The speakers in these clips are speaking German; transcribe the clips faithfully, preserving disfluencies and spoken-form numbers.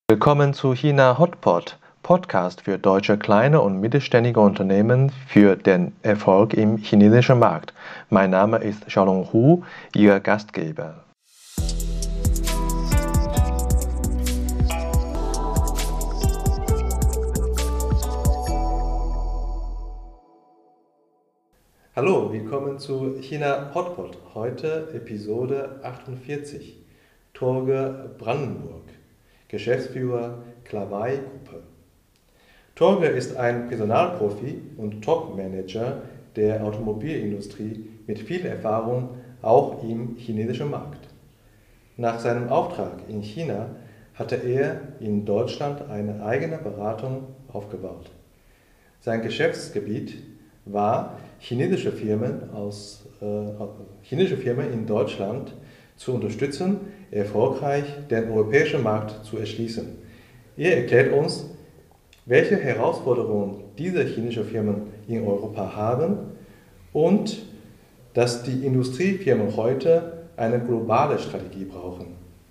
Willkommen zu China Hotpot, Podcast für deutsche kleine und mittelständige Unternehmen für den Erfolg im chinesischen Markt. Mein Name ist Xiaolong Hu, Ihr Gastgeber. Hallo, willkommen zu China Hotpot. Heute Episode achtundvierzig. Torge Brandenburg, Geschäftsführer Klawai-Gruppe. Torge ist ein Personalprofi und Top-Manager der Automobilindustrie mit viel Erfahrung auch im chinesischen Markt. Nach seinem Auftrag in China hatte er in Deutschland eine eigene Beratung aufgebaut. Sein Geschäftsgebiet war, chinesische Firmen, aus, äh, chinesische Firmen in Deutschland zu unterstützen, erfolgreich den europäischen Markt zu erschließen. Er erklärt uns, welche Herausforderungen diese chinesischen Firmen in Europa haben und dass die Industriefirmen heute eine globale Strategie brauchen.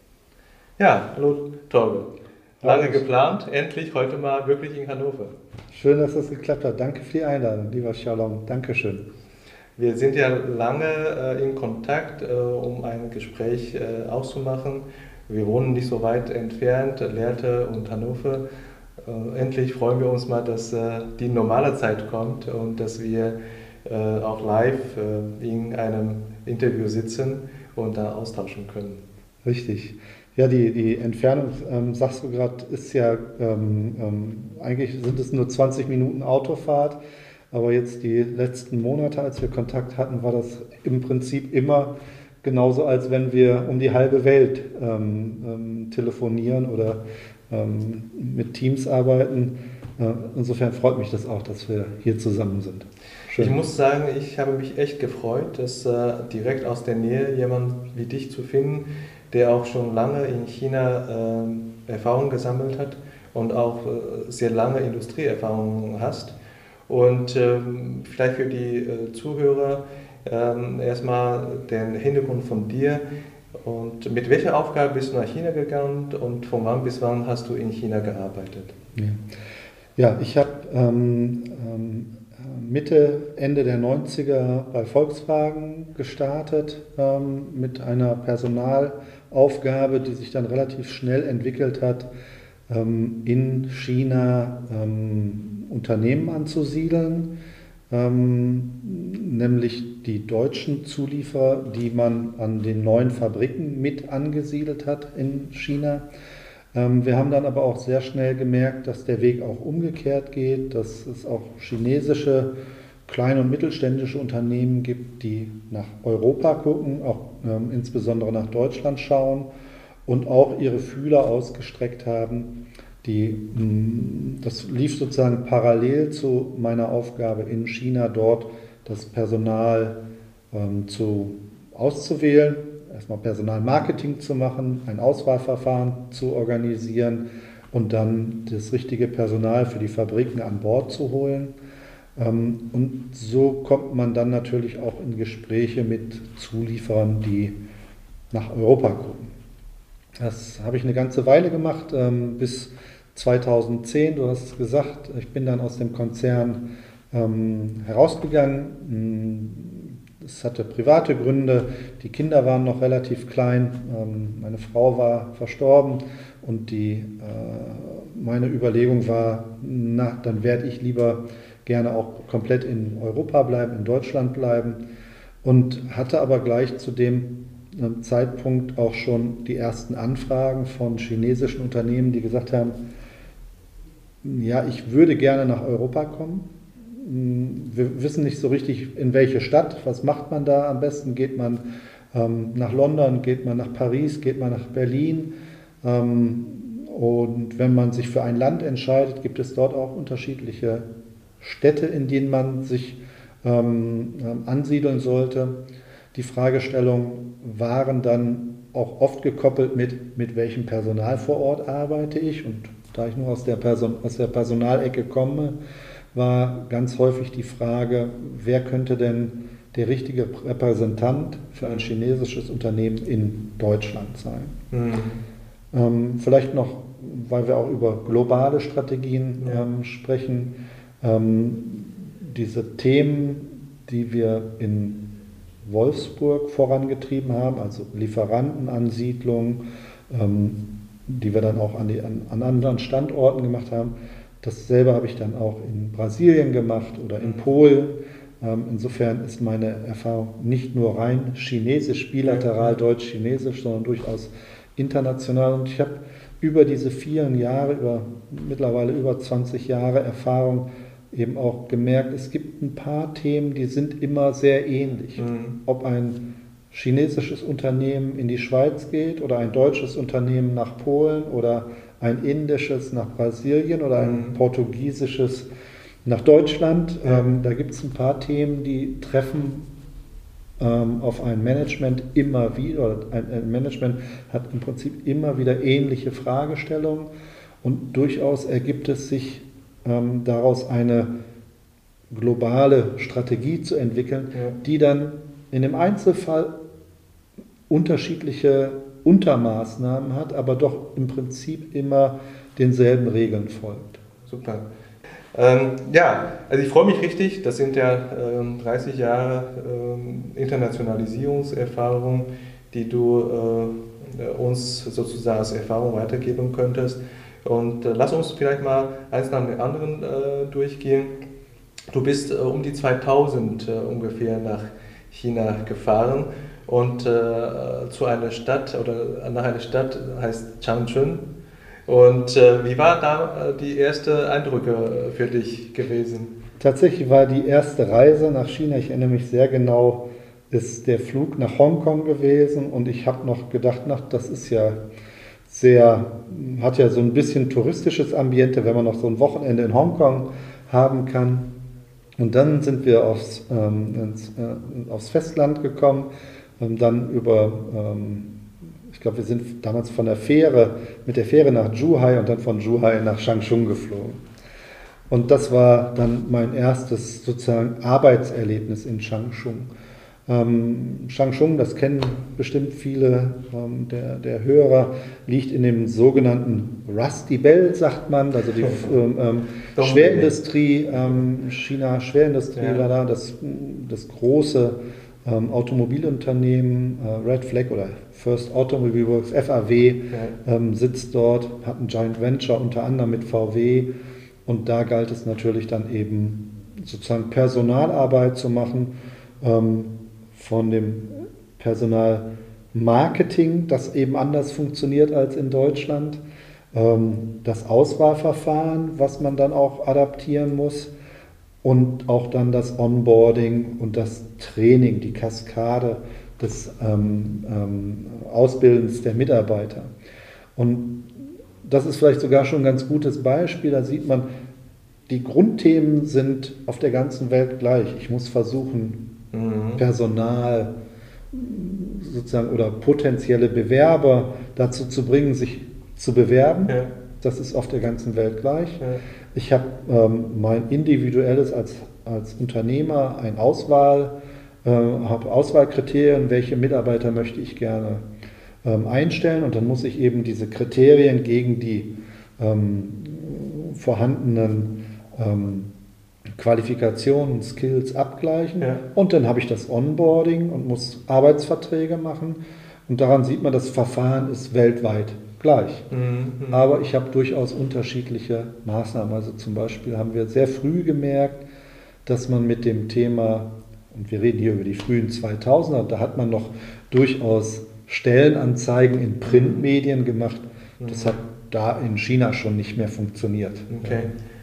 Ja, hallo Torge. Lange geplant, endlich heute mal wirklich in Hannover. Schön, dass das geklappt hat. Danke für die Einladung, lieber Xiaolong. Dankeschön. Wir sind ja lange äh, in Kontakt, äh, um ein Gespräch äh, auszumachen. Wir wohnen nicht so weit entfernt, Lehrte und Hannover. Äh, endlich freuen wir uns mal, dass äh, die normale Zeit kommt und dass wir äh, auch live äh, in einem Interview sitzen und da austauschen können. Richtig. Ja, die, die Entfernung, ähm, sagst du gerade, ist ja, ähm, ähm, eigentlich sind es nur zwanzig Minuten Autofahrt, aber jetzt die letzten Monate, als wir Kontakt hatten, war das im Prinzip immer genauso, als wenn wir um die halbe Welt ähm, ähm, telefonieren oder ähm, mit Teams arbeiten. Äh, insofern freut mich das auch, dass wir hier zusammen sind. Schön. Ich muss sagen, ich habe mich echt gefreut, dass äh, direkt aus der Nähe jemand wie dich zu finden, der auch schon lange in China äh, Erfahrung gesammelt hat und auch äh, sehr lange Industrieerfahrung hast. Und ähm, vielleicht für die äh, Zuhörer ähm, erstmal den Hintergrund von dir und mit welcher Aufgabe bist du nach China gegangen und von wann bis wann hast du in China gearbeitet? Ja, ja ich habe ähm, ähm, Mitte, Ende der neunziger bei Volkswagen gestartet ähm, mit einer Personalaufgabe, die sich dann relativ schnell entwickelt hat, ähm, in China ähm, Unternehmen anzusiedeln, ähm, nämlich die deutschen Zulieferer, die man an den neuen Fabriken mit angesiedelt hat in China. Ähm, wir haben dann aber auch sehr schnell gemerkt, dass der Weg auch umgekehrt geht, dass es auch chinesische kleine und mittelständische Unternehmen gibt, die nach Europa gucken, auch ähm, insbesondere nach Deutschland schauen und auch ihre Fühler ausgestreckt haben. Die, das lief sozusagen parallel zu meiner Aufgabe in China, dort das Personal ähm, zu, auszuwählen, erstmal Personalmarketing zu machen, ein Auswahlverfahren zu organisieren und dann das richtige Personal für die Fabriken an Bord zu holen. Ähm, und so kommt man dann natürlich auch in Gespräche mit Zulieferern, die nach Europa gucken. Das habe ich eine ganze Weile gemacht, ähm, bis zweitausendzehn, du hast es gesagt, ich bin dann aus dem Konzern ähm, herausgegangen. Es hatte private Gründe, die Kinder waren noch relativ klein, ähm, meine Frau war verstorben und die, äh, meine Überlegung war, na, dann werde ich lieber gerne auch komplett in Europa bleiben, in Deutschland bleiben und hatte aber gleich zu dem Zeitpunkt auch schon die ersten Anfragen von chinesischen Unternehmen, die gesagt haben, ja, ich würde gerne nach Europa kommen. Wir wissen nicht so richtig, in welche Stadt, was macht man da am besten? Geht man ähm, nach London, geht man nach Paris, geht man nach Berlin? Ähm, und wenn man sich für ein Land entscheidet, gibt es dort auch unterschiedliche Städte, in denen man sich ähm, ansiedeln sollte. Die Fragestellungen waren dann auch oft gekoppelt mit, mit welchem Personal vor Ort arbeite ich. Und da ich nur aus der, Person, aus der Personalecke komme, war ganz häufig die Frage, wer könnte denn der richtige Repräsentant für ein chinesisches Unternehmen in Deutschland sein. Mhm. Ähm, vielleicht noch weil wir auch über globale Strategien Ja. ähm, sprechen. Ähm, diese Themen, die wir in Wolfsburg vorangetrieben haben, also Lieferantenansiedlung, ähm, die wir dann auch an, die, an, an anderen Standorten gemacht haben. Dasselbe habe ich dann auch in Brasilien gemacht oder in Polen. Ähm, insofern ist meine Erfahrung nicht nur rein chinesisch, bilateral deutsch-chinesisch, sondern durchaus international. Und ich habe über diese vielen Jahre, über mittlerweile über zwanzig Jahre Erfahrung, eben auch gemerkt, es gibt ein paar Themen, die sind immer sehr ähnlich. Mhm. Ob ein chinesisches Unternehmen in die Schweiz geht oder ein deutsches Unternehmen nach Polen oder ein indisches nach Brasilien oder ein Mhm. portugiesisches nach Deutschland. Ja. Ähm, da gibt es ein paar Themen, die treffen ähm, auf ein Management immer wieder, oder ein, ein Management hat im Prinzip immer wieder ähnliche Fragestellungen und durchaus ergibt es sich ähm, daraus eine globale Strategie zu entwickeln, Ja. die dann in dem Einzelfall unterschiedliche Untermaßnahmen hat, aber doch im Prinzip immer denselben Regeln folgt. Super. Ähm, ja, also ich freue mich richtig. Das sind ja ähm, dreißig Jahre ähm, Internationalisierungserfahrung, die du äh, uns sozusagen als Erfahrung weitergeben könntest. Und äh, lass uns vielleicht mal eins nach dem anderen äh, durchgehen. Du bist äh, um die zweitausend äh, ungefähr nach China gefahren und äh, zu einer Stadt oder nach einer Stadt heißt Changchun. Und äh, wie war da äh, die erste Eindrücke für dich gewesen? Tatsächlich war die erste Reise nach China, ich erinnere mich sehr genau, ist der Flug nach Hongkong gewesen und ich habe noch gedacht, na, das ist ja sehr, hat ja so ein bisschen touristisches Ambiente, wenn man noch so ein Wochenende in Hongkong haben kann. Und dann sind wir aufs, ähm, ins, äh, aufs Festland gekommen, ähm, dann über, ähm, ich glaube, wir sind damals von der Fähre, mit der Fähre nach Zhuhai und dann von Zhuhai nach Changchun geflogen. Und das war dann mein erstes sozusagen Arbeitserlebnis in Changchun. Ähm, Changchun, das kennen bestimmt viele ähm, der, der Hörer, liegt in dem sogenannten Rusty Belt, sagt man, also die ähm, ähm, Schwerindustrie, ähm, China Schwerindustrie Ja. war da, das, das große ähm, Automobilunternehmen äh, Red Flag oder First Automobile Works, F A W, Ja. ähm, sitzt dort, hat ein Joint Venture unter anderem mit V W und da galt es natürlich dann eben sozusagen Personalarbeit zu machen, ähm, von dem Personalmarketing, das eben anders funktioniert als in Deutschland, ähm, das Auswahlverfahren, was man dann auch adaptieren muss und auch dann das Onboarding und das Training, die Kaskade des ähm, ähm, Ausbildens der Mitarbeiter. Und das ist vielleicht sogar schon ein ganz gutes Beispiel, da sieht man, die Grundthemen sind auf der ganzen Welt gleich. Ich muss versuchen, Personal sozusagen oder potenzielle Bewerber dazu zu bringen, sich zu bewerben. Ja. Das ist auf der ganzen Welt gleich. Ja. Ich habe ähm, mein individuelles als, als Unternehmer ein Auswahl, äh, habe Auswahlkriterien, welche Mitarbeiter möchte ich gerne ähm, einstellen und dann muss ich eben diese Kriterien gegen die ähm, vorhandenen ähm, Qualifikationen, Skills abgleichen Ja. und dann habe ich das Onboarding und muss Arbeitsverträge machen und daran sieht man, das Verfahren ist weltweit gleich. Mhm. Aber ich habe durchaus unterschiedliche Maßnahmen. Also zum Beispiel haben wir sehr früh gemerkt, dass man mit dem Thema, und wir reden hier über die frühen zweitausender, da hat man noch durchaus Stellenanzeigen in Printmedien gemacht. Das hat da in China schon nicht mehr funktioniert. Okay.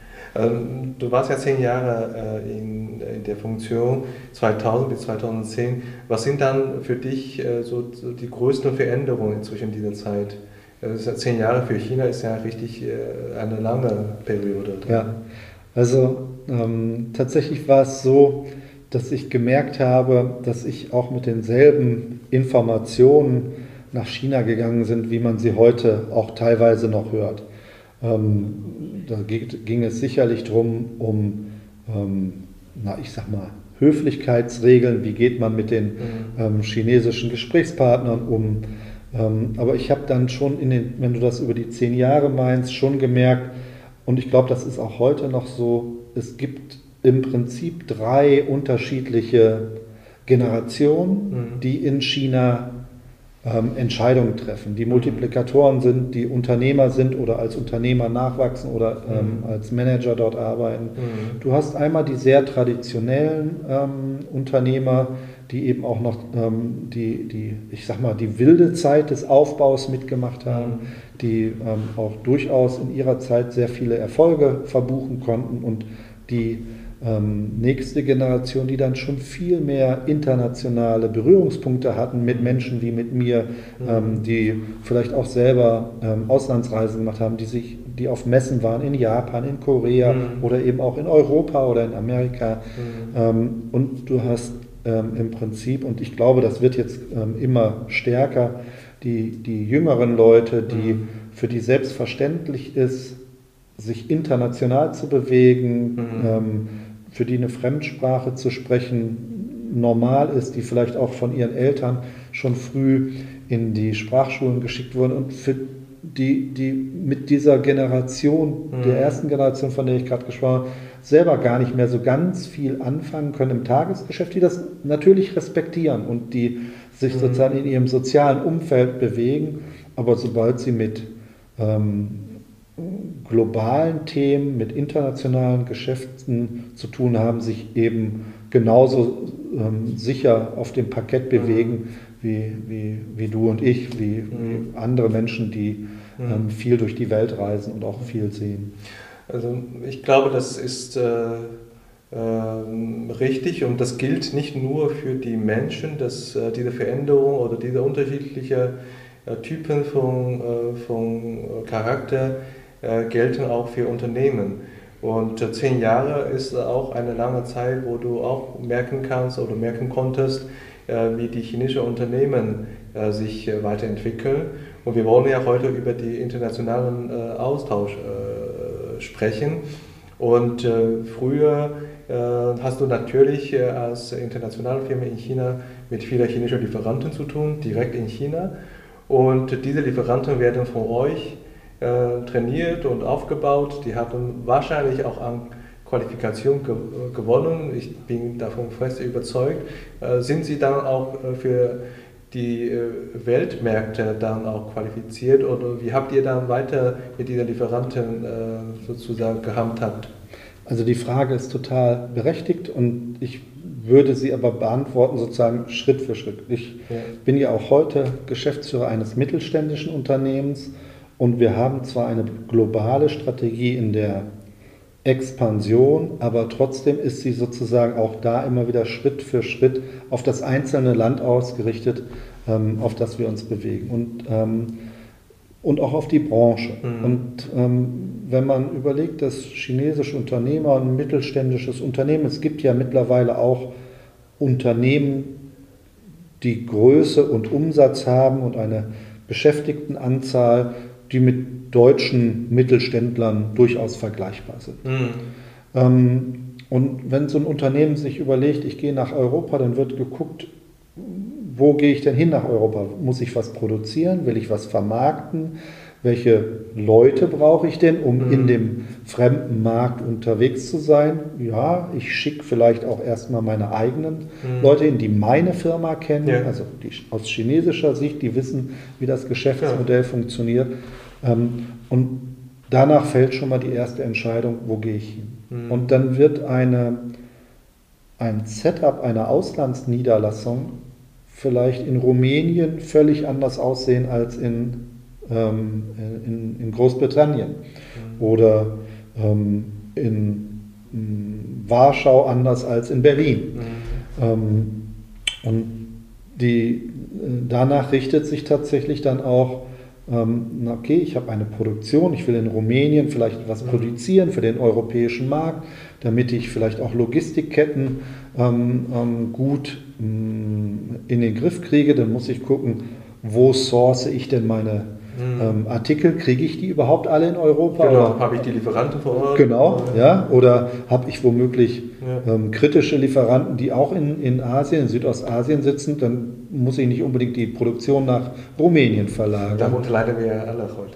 Ähm, Du warst ja zehn Jahre äh, in, in der Funktion, zweitausend bis zweitausendzehn. Was sind dann für dich äh, so, so die größten Veränderungen zwischen dieser Zeit? Also zehn Jahre für China ist ja richtig äh, eine lange Periode. Ja, also ähm, tatsächlich war es so, dass ich gemerkt habe, dass ich auch mit denselben Informationen nach China gegangen bin, wie man sie heute auch teilweise noch hört. Ähm, da ging es sicherlich drum, um, ähm, na, ich sag mal, Höflichkeitsregeln, wie geht man mit den ähm, chinesischen Gesprächspartnern um, Ähm, aber ich habe dann schon, in den, wenn du das über die zehn Jahre meinst, schon gemerkt, und ich glaube, das ist auch heute noch so, es gibt im Prinzip drei unterschiedliche Generationen, Mhm. die in China ähm, Entscheidungen treffen, die Multiplikatoren sind, die Unternehmer sind oder als Unternehmer nachwachsen oder ähm, Mhm. als Manager dort arbeiten. Mhm. Du hast einmal die sehr traditionellen ähm, Unternehmer, die eben auch noch ähm, die, die, ich sag mal, die wilde Zeit des Aufbaus mitgemacht haben, Mhm. die ähm, auch durchaus in ihrer Zeit sehr viele Erfolge verbuchen konnten und die ähm, nächste Generation, die dann schon viel mehr internationale Berührungspunkte hatten mit Menschen wie mit mir, ähm, die vielleicht auch selber ähm, Auslandsreisen gemacht haben, die sich, die auf Messen waren in Japan, in Korea Mhm. oder eben auch in Europa oder in Amerika. Mhm. Ähm, und du hast ähm, im Prinzip, und ich glaube, das wird jetzt ähm, immer stärker, die, die jüngeren Leute, die Mhm. für die selbstverständlich ist, sich international zu bewegen, Mhm. ähm, für die eine Fremdsprache zu sprechen normal ist, die vielleicht auch von ihren Eltern schon früh in die Sprachschulen geschickt wurden und für die, die mit dieser Generation, Mhm. der ersten Generation, von der ich gerade gesprochen habe, selber gar nicht mehr so ganz viel anfangen können im Tagesgeschäft, die das natürlich respektieren und die sich Mhm. sozusagen in ihrem sozialen Umfeld bewegen, aber sobald sie mit ähm, globalen Themen, mit internationalen Geschäften zu tun haben, sich eben genauso ähm, sicher auf dem Parkett bewegen wie, wie, wie du und ich, wie, Mhm. wie andere Menschen, die Mhm. ähm, viel durch die Welt reisen und auch viel sehen. Also ich glaube, das ist äh, äh, richtig und das gilt nicht nur für die Menschen, dass äh, diese Veränderung oder diese unterschiedlichen äh, Typen von, äh, von Charakter äh, gelten auch für Unternehmen. Und äh, zehn Jahre ist auch eine lange Zeit, wo du auch merken kannst oder merken konntest, äh, wie die chinesischen Unternehmen äh, sich äh, weiterentwickeln. Und wir wollen ja heute über die internationalen äh, Austausch äh, sprechen. Und äh, früher äh, hast du natürlich äh, als internationale Firma in China mit vielen chinesischen Lieferanten zu tun, direkt in China. Und diese Lieferanten werden von euch äh, trainiert und aufgebaut. Die haben wahrscheinlich auch an Qualifikation ge gewonnen. Ich bin davon fest überzeugt. Äh, sind sie dann auch äh, für die äh, Weltmärkte dann auch qualifiziert oder wie habt ihr dann weiter mit diesen Lieferanten äh, sozusagen gehandhabt? Also die Frage ist total berechtigt und ich würde sie aber beantworten sozusagen Schritt für Schritt. Ich Ja. bin ja auch heute Geschäftsführer eines mittelständischen Unternehmens und wir haben zwar eine globale Strategie in der Expansion, aber trotzdem ist sie sozusagen auch da immer wieder Schritt für Schritt auf das einzelne Land ausgerichtet, ähm, auf das wir uns bewegen und, ähm, und auch auf die Branche. Mhm. Und ähm, wenn man überlegt, dass chinesische Unternehmer ein mittelständisches Unternehmen, es gibt ja mittlerweile auch Unternehmen, die Größe und Umsatz haben und eine Beschäftigtenanzahl, die mit deutschen Mittelständlern durchaus vergleichbar sind. Mhm. Ähm, und wenn so ein Unternehmen sich überlegt, ich gehe nach Europa, dann wird geguckt, wo gehe ich denn hin nach Europa? Muss ich was produzieren? Will ich was vermarkten? Welche Leute brauche ich denn, um Mhm. in dem fremden Markt unterwegs zu sein? Ja, ich schicke vielleicht auch erstmal meine eigenen Mhm. Leute hin, die meine Firma kennen, Ja. also die aus chinesischer Sicht, die wissen, wie das Geschäftsmodell Ja. funktioniert. Ähm, und danach fällt schon mal die erste Entscheidung, wo gehe ich hin? Mhm. Und dann wird eine, ein Setup einer Auslandsniederlassung vielleicht in Rumänien völlig anders aussehen als in, ähm, in, in Großbritannien Mhm. oder ähm, in, in Warschau anders als in Berlin. Mhm. Ähm, und die, danach richtet sich tatsächlich dann auch, ähm, okay, ich habe eine Produktion, ich will in Rumänien vielleicht etwas Mhm. produzieren für den europäischen Markt, damit ich vielleicht auch Logistikketten ähm, ähm, gut ähm, in den Griff kriege, dann muss ich gucken, wo source ich denn meine mhm. ähm, Artikel, kriege ich die überhaupt alle in Europa? Genau, habe ich die Lieferanten vor Ort? Genau, ja. Oder habe ich womöglich ja. ähm, kritische Lieferanten, die auch in, in Asien, in Südostasien sitzen? Dann muss ich nicht unbedingt die Produktion nach Rumänien verlagern. Darunter leiden wir ja alle heute.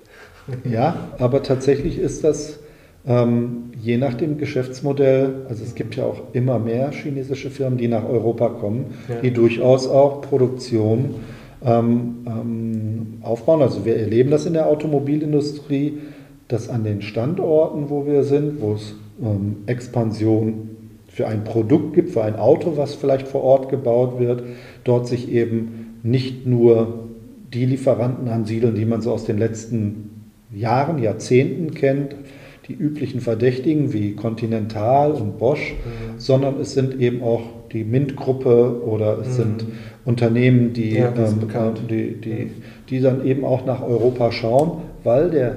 Ja, aber tatsächlich ist das ähm, je nach dem Geschäftsmodell, also es gibt ja auch immer mehr chinesische Firmen, die nach Europa kommen, ja. die durchaus auch Produktion ähm, ähm, aufbauen. Also wir erleben das in der Automobilindustrie, dass an den Standorten, wo wir sind, wo es ähm, Expansion für ein Produkt gibt, für ein Auto, was vielleicht vor Ort gebaut wird, dort sich eben nicht nur die Lieferanten ansiedeln, die man so aus den letzten Jahren, Jahrzehnten kennt, die üblichen Verdächtigen wie Continental und Bosch, mhm. sondern es sind eben auch die Mint-Gruppe oder es mhm. sind Unternehmen, die, ja, ähm, die, die, die dann eben auch nach Europa schauen, weil der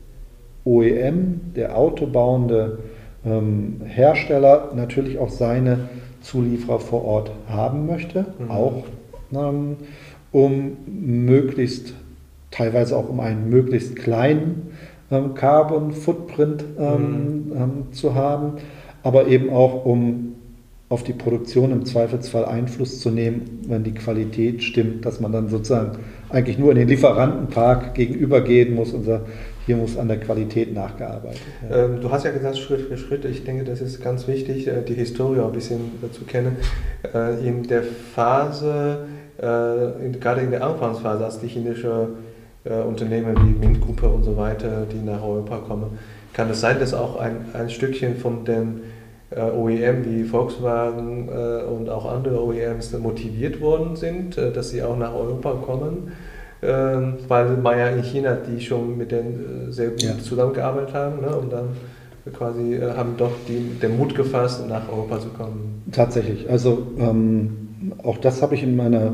O E M, der autobauende ähm, Hersteller, natürlich auch seine Zulieferer vor Ort haben möchte, mhm. auch ähm, um möglichst teilweise auch um einen möglichst kleinen ähm, Carbon Footprint ähm, mhm. ähm, zu haben, aber eben auch um auf die Produktion im Zweifelsfall Einfluss zu nehmen, wenn die Qualität stimmt, dass man dann sozusagen eigentlich nur in den Lieferantenpark gegenübergehen muss und sagt, hier muss an der Qualität nachgearbeitet werden. Ähm, du hast ja gesagt, Schritt für Schritt. Ich denke, das ist ganz wichtig, die Historie auch ein bisschen zu kennen. Äh, in der Phase, äh, in, gerade in der Anfangsphase, als die chinesische Äh, Unternehmen wie Mint-Gruppe und so weiter, die nach Europa kommen. Kann es sein, dass auch ein, ein Stückchen von den äh, O E M wie Volkswagen äh, und auch andere O E Ms motiviert worden sind, äh, dass sie auch nach Europa kommen? Äh, weil man ja in China die schon mit denen äh, sehr gut ja. zusammengearbeitet haben, ne? Und dann quasi äh, haben doch die, den Mut gefasst, nach Europa zu kommen. Tatsächlich. Also ähm, auch das habe ich in meiner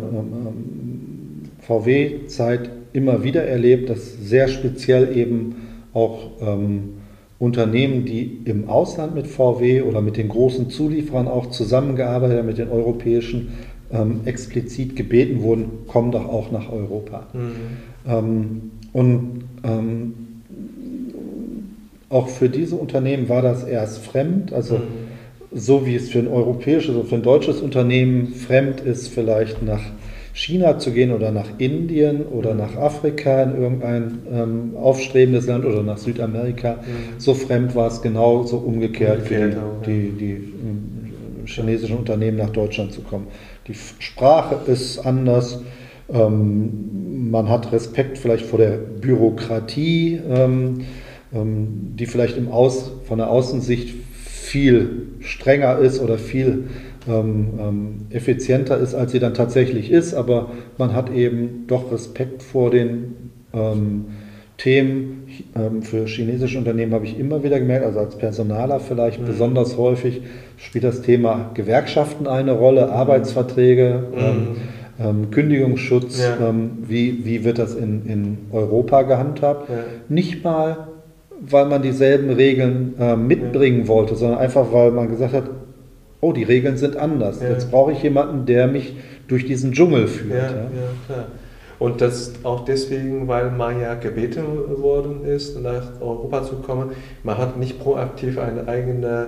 ähm, V W-Zeit immer wieder erlebt, dass sehr speziell eben auch ähm, Unternehmen, die im Ausland mit V W oder mit den großen Zulieferern auch zusammengearbeitet haben, mit den europäischen, ähm, explizit gebeten wurden, komm doch auch nach Europa. Mhm. Ähm, und ähm, auch für diese Unternehmen war das erst fremd, also mhm. so wie es für ein europäisches oder für ein deutsches Unternehmen fremd ist, vielleicht nach China zu gehen oder nach Indien oder nach Afrika in irgendein ähm, aufstrebendes Land oder nach Südamerika. Mhm. So fremd war es genauso umgekehrt, umgekehrt für die, ja. die, die äh, chinesischen Unternehmen nach Deutschland zu kommen. Die Sprache ist anders, ähm, man hat Respekt vielleicht vor der Bürokratie, ähm, ähm, die vielleicht im Aus, von der Außensicht viel strenger ist oder viel Ähm, ähm, effizienter ist, als sie dann tatsächlich ist, aber man hat eben doch Respekt vor den ähm, Themen. Ähm, für chinesische Unternehmen habe ich immer wieder gemerkt, also als Personaler vielleicht mhm. besonders häufig, spielt das Thema Gewerkschaften eine Rolle, Arbeitsverträge, mhm. ähm, ähm, Kündigungsschutz, ja. ähm, wie, wie wird das in, in Europa gehandhabt? Ja. Nicht mal, weil man dieselben Regeln äh, mitbringen ja. wollte, sondern einfach, weil man gesagt hat, oh, die Regeln sind anders. Ja. Jetzt brauche ich jemanden, der mich durch diesen Dschungel führt. Ja, ja. ja, klar. Und das auch deswegen, weil man ja gebeten worden ist, nach Europa zu kommen. Man hat nicht proaktiv eine eigene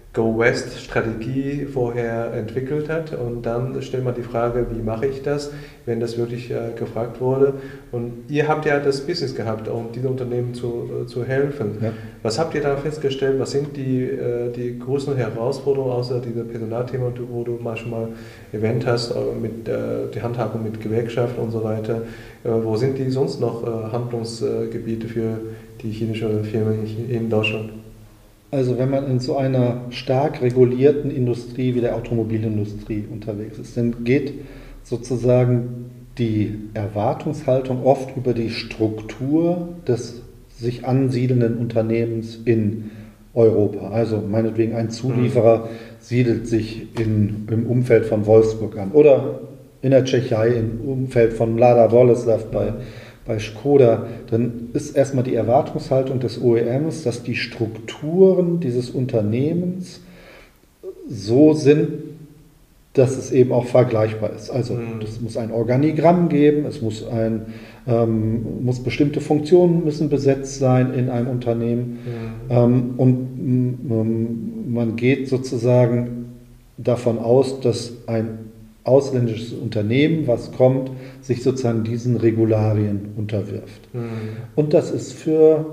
Go-West-Strategie vorher entwickelt hat. Und dann stellt man die Frage, wie mache ich das, wenn das wirklich äh, gefragt wurde. Und ihr habt ja das Business gehabt, um diesen Unternehmen zu, äh, zu helfen. Ja. Was habt ihr da festgestellt? Was sind die, äh, die größten Herausforderungen, außer dieser Personalthema, wo du manchmal erwähnt hast, äh, mit äh, die Handhabung mit Gewerkschaften und so weiter? Äh, wo sind die sonst noch äh, Handlungsgebiete für die chinesischen Firmen in, in Deutschland? Also wenn man in so einer stark regulierten Industrie wie der Automobilindustrie unterwegs ist, dann geht sozusagen die Erwartungshaltung oft über die Struktur des sich ansiedelnden Unternehmens in Europa. Also meinetwegen ein Zulieferer siedelt sich in, im Umfeld von Wolfsburg an oder in der Tschechei im Umfeld von Mladá Boleslav bei Bei Škoda, dann ist erstmal die Erwartungshaltung des O E Ms, dass die Strukturen dieses Unternehmens so sind, dass es eben auch vergleichbar ist. Also Mhm. es muss ein Organigramm geben, es muss, ein, ähm, muss bestimmte Funktionen müssen besetzt sein in einem Unternehmen. Mhm. Ähm, und ähm, man geht sozusagen davon aus, dass ein ausländisches Unternehmen, was kommt, sich sozusagen diesen Regularien unterwirft. Mhm. Und das ist für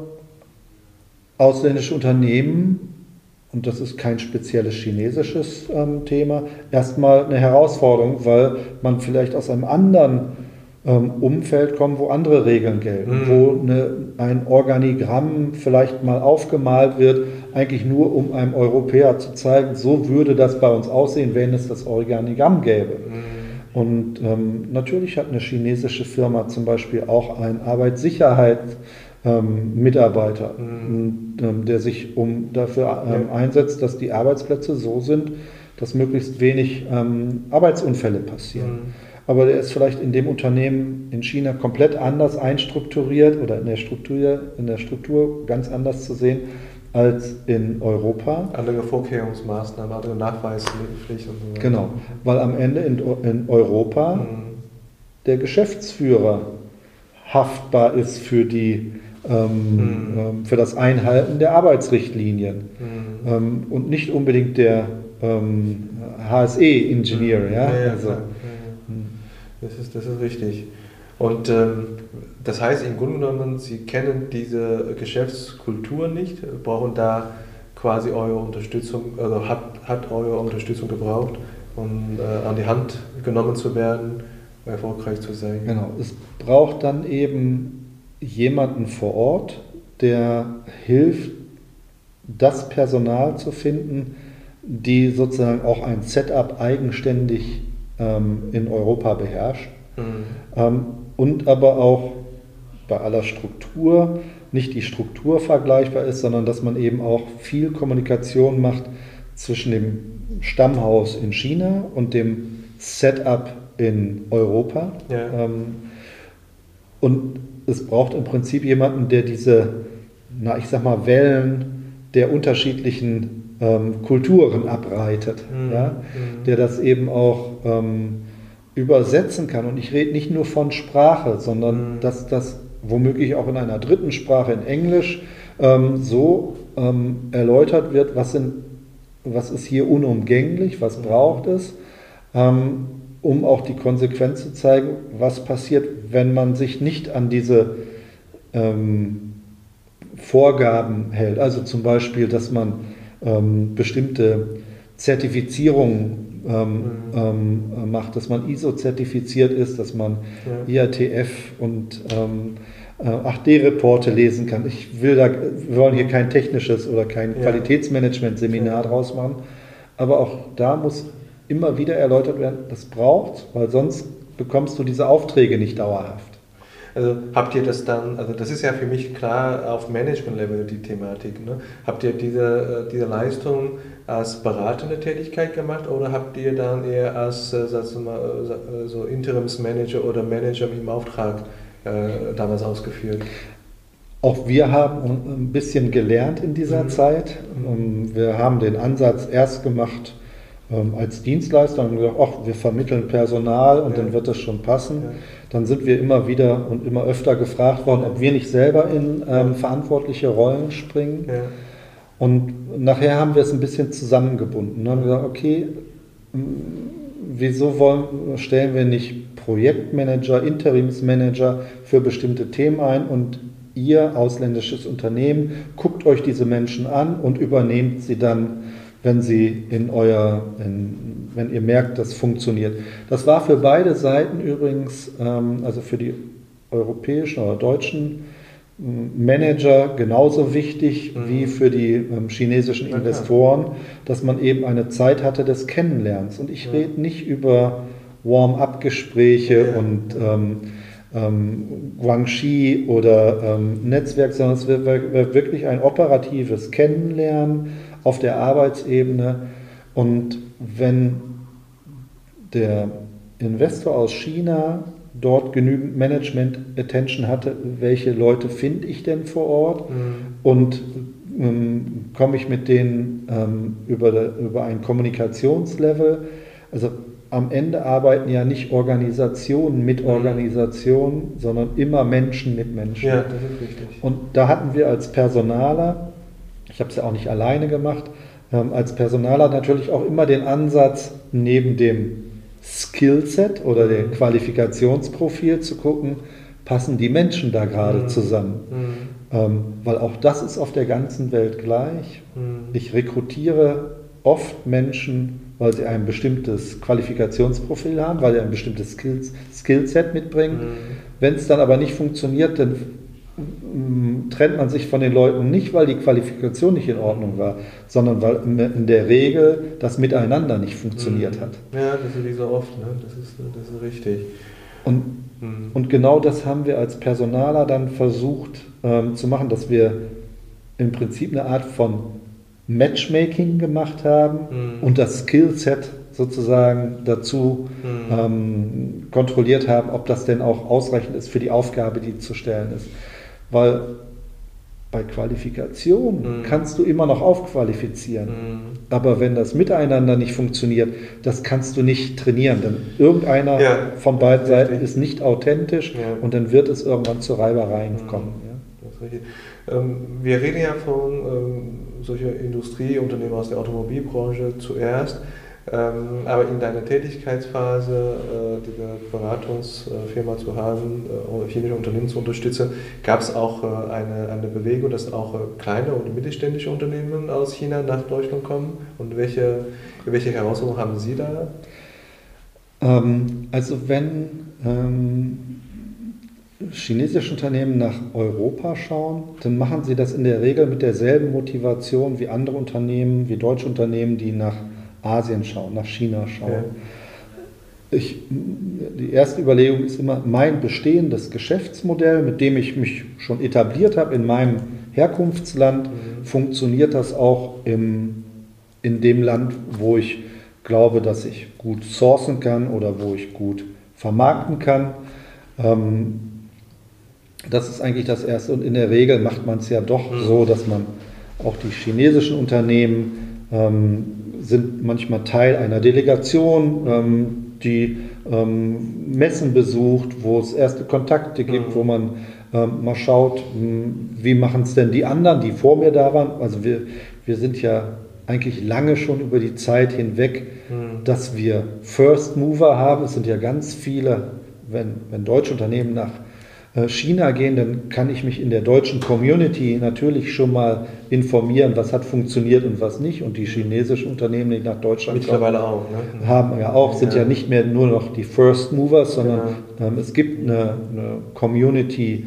ausländische Unternehmen, und das ist kein spezielles chinesisches ähm, Thema, erstmal eine Herausforderung, weil man vielleicht aus einem anderen ähm, Umfeld kommt, wo andere Regeln gelten, Mhm. wo eine, ein Organigramm vielleicht mal aufgemalt wird, eigentlich nur um einem Europäer zu zeigen, so würde das bei uns aussehen, wenn es das Organigramm gäbe. Mhm. Und ähm, natürlich hat eine chinesische Firma zum Beispiel auch einen Arbeitssicherheits- Ähm, Mitarbeiter, Mhm. ähm, der sich um dafür ähm, Ja. einsetzt, dass die Arbeitsplätze so sind, dass möglichst wenig ähm, Arbeitsunfälle passieren. Mhm. Aber der ist vielleicht in dem Unternehmen in China komplett anders einstrukturiert oder in der Struktur, in der Struktur ganz anders zu sehen als in Europa. Andere Vorkehrungsmaßnahmen, andere Nachweispflicht und so weiter. Genau, weil am Ende in, in Europa Mhm. der Geschäftsführer haftbar ist für die ähm, Mhm. ähm, für das Einhalten der Arbeitsrichtlinien Mhm. ähm, und nicht unbedingt der ähm, H S E-Ingenieur. Ja? Ja, ja, Also, klar. Ja, ja. Das ist, das ist richtig. Und ähm, das heißt im Grunde genommen, Sie kennen diese Geschäftskultur nicht, brauchen da quasi eure Unterstützung, also hat, hat eure Unterstützung gebraucht, um äh, an die Hand genommen zu werden, um erfolgreich zu sein. genau. Es braucht dann eben jemanden vor Ort, der hilft, das Personal zu finden, die sozusagen auch ein Setup eigenständig ähm, in Europa beherrscht. Mhm. Ähm, und aber auch bei aller Struktur nicht die Struktur vergleichbar ist, sondern dass man eben auch viel Kommunikation macht zwischen dem Stammhaus in China und dem Setup in Europa. Ja. Ähm, und es braucht im Prinzip jemanden, der diese, na ich sag mal, Wellen der unterschiedlichen ähm, Kulturen abreitet, Mhm. ja? Mhm. Der das eben auch ähm, übersetzen kann. Und ich rede nicht nur von Sprache, sondern Mhm. dass das womöglich auch in einer dritten Sprache, in Englisch, ähm, so ähm, erläutert wird, was, sind, was ist hier unumgänglich, was Mhm. braucht es, ähm, um auch die Konsequenz zu zeigen, was passiert, wenn man sich nicht an diese ähm, Vorgaben hält. Also zum Beispiel, dass man ähm, bestimmte Zertifizierungen ähm, Mhm. ähm, macht, dass man I S O-zertifiziert ist, dass man Ja. I A T F und ähm, äh, acht D-Reporte lesen kann. Ich will da, wir wollen hier kein technisches oder kein Ja. Qualitätsmanagement-Seminar Ja. draus machen, aber auch da muss immer wieder erläutert werden, das braucht, weil sonst bekommst du diese Aufträge nicht dauerhaft. Also habt ihr das dann, also das ist ja für mich klar auf Management-Level die Thematik, ne? Habt ihr diese, diese Leistung als beratende Tätigkeit gemacht oder habt ihr dann eher als äh, sagst du mal, äh, so Interimsmanager oder Manager im Auftrag äh, damals ausgeführt? Auch wir haben ein bisschen gelernt in dieser Mhm. Zeit. Mhm. Wir haben den Ansatz erst gemacht ähm, als Dienstleister und gesagt, ach, wir vermitteln Personal und Ja. dann wird das schon passen. Ja. Dann sind wir immer wieder und immer öfter gefragt worden, ob wir nicht selber in ähm, Ja. verantwortliche Rollen springen. Ja. Und nachher haben wir es ein bisschen zusammengebunden. Dann haben wir gesagt, okay, mh, wieso wollen, stellen wir nicht Projektmanager, Interimsmanager für bestimmte Themen ein und ihr ausländisches Unternehmen guckt euch diese Menschen an und übernehmt sie dann, wenn sie in euer, in, wenn ihr merkt, das funktioniert. Das war für beide Seiten übrigens, ähm, also für die europäischen oder deutschen Manager genauso wichtig Mhm. wie für die ähm, chinesischen Na klar. Investoren, dass man eben eine Zeit hatte des Kennenlernens. Und ich Ja. rede nicht über Warm-up-Gespräche Ja. und ähm, ähm, Guangxi oder ähm, Netzwerk, sondern es wird wirklich ein operatives Kennenlernen auf der Arbeitsebene. Und wenn der Investor aus China dort genügend Management-Attention hatte, welche Leute finde ich denn vor Ort Mhm. und ähm, komme ich mit denen ähm, über, über ein Kommunikationslevel. Also am Ende arbeiten ja nicht Organisationen mit Organisationen, sondern immer Menschen mit Menschen. Ja, das ist richtig. Und da hatten wir als Personaler, ich habe es ja auch nicht alleine gemacht, ähm, als Personaler natürlich auch immer den Ansatz, neben dem Skillset oder dem Qualifikationsprofil zu gucken, passen die Menschen da gerade Mhm. zusammen. Mhm. Ähm, weil auch das ist auf der ganzen Welt gleich. Mhm. Ich rekrutiere oft Menschen, weil sie ein bestimmtes Qualifikationsprofil haben, weil sie ein bestimmtes Skills, Skillset mitbringen. Mhm. Wenn es dann aber nicht funktioniert, dann mm, trennt man sich von den Leuten nicht, weil die Qualifikation nicht in Ordnung war, sondern weil in der Regel das Miteinander nicht funktioniert hat. Ja, das ist wie so oft, ne? Das ist, das ist richtig. Und, Mhm. und genau das haben wir als Personaler dann versucht ähm, zu machen, dass wir im Prinzip eine Art von Matchmaking gemacht haben Mhm. und das Skillset sozusagen dazu Mhm. ähm, kontrolliert haben, ob das denn auch ausreichend ist für die Aufgabe, die zu stellen ist. Weil bei Qualifikation Mhm. kannst du immer noch aufqualifizieren. Mhm. Aber wenn das Miteinander nicht funktioniert, das kannst du nicht trainieren. Denn irgendeiner Ja, von beiden Seiten richtig. ist nicht authentisch Ja. und dann wird es irgendwann zu Reibereien Mhm. kommen. Ja. Das ist richtig. Ähm, wir reden ja von ähm, solcher Industrieunternehmen aus der Automobilbranche zuerst, ähm, aber in deiner Tätigkeitsphase äh, diese Beratungsfirma zu haben äh, oder chinesische Unternehmen zu unterstützen, gab es auch äh, eine, eine Bewegung, dass auch äh, kleine und mittelständische Unternehmen aus China nach Deutschland kommen? Und welche, welche Herausforderungen haben Sie da? Ähm, also wenn ähm, chinesische Unternehmen nach Europa schauen, dann machen sie das in der Regel mit derselben Motivation wie andere Unternehmen, wie deutsche Unternehmen, die nach Asien schauen, nach China schauen. Ja. Ich, die erste Überlegung ist immer mein bestehendes Geschäftsmodell, mit dem ich mich schon etabliert habe in meinem Herkunftsland. Mhm. Funktioniert das auch im, in dem Land, wo ich glaube, dass ich gut sourcen kann oder wo ich gut vermarkten kann? Ähm, das ist eigentlich das Erste. Und in der Regel macht man es ja doch Mhm. so, dass man auch die chinesischen Unternehmen ähm, sind manchmal Teil einer Delegation, ähm, die ähm, Messen besucht, wo es erste Kontakte gibt, Mhm. wo man ähm, mal schaut, mh, wie machen es denn die anderen, die vor mir da waren. Also wir, wir sind ja eigentlich lange schon über die Zeit hinweg, Mhm. dass wir First Mover haben. Es sind ja ganz viele, wenn, wenn deutsche Unternehmen nach äh, China gehen, dann kann ich mich in der deutschen Community natürlich schon mal informieren, was hat funktioniert und was nicht. Und die chinesischen Unternehmen, die nach Deutschland Mittlerweile kommen, auch, ne? haben ja auch, sind ja. Ja. nicht mehr nur noch die First Movers, sondern Genau. ähm, es gibt eine, eine Community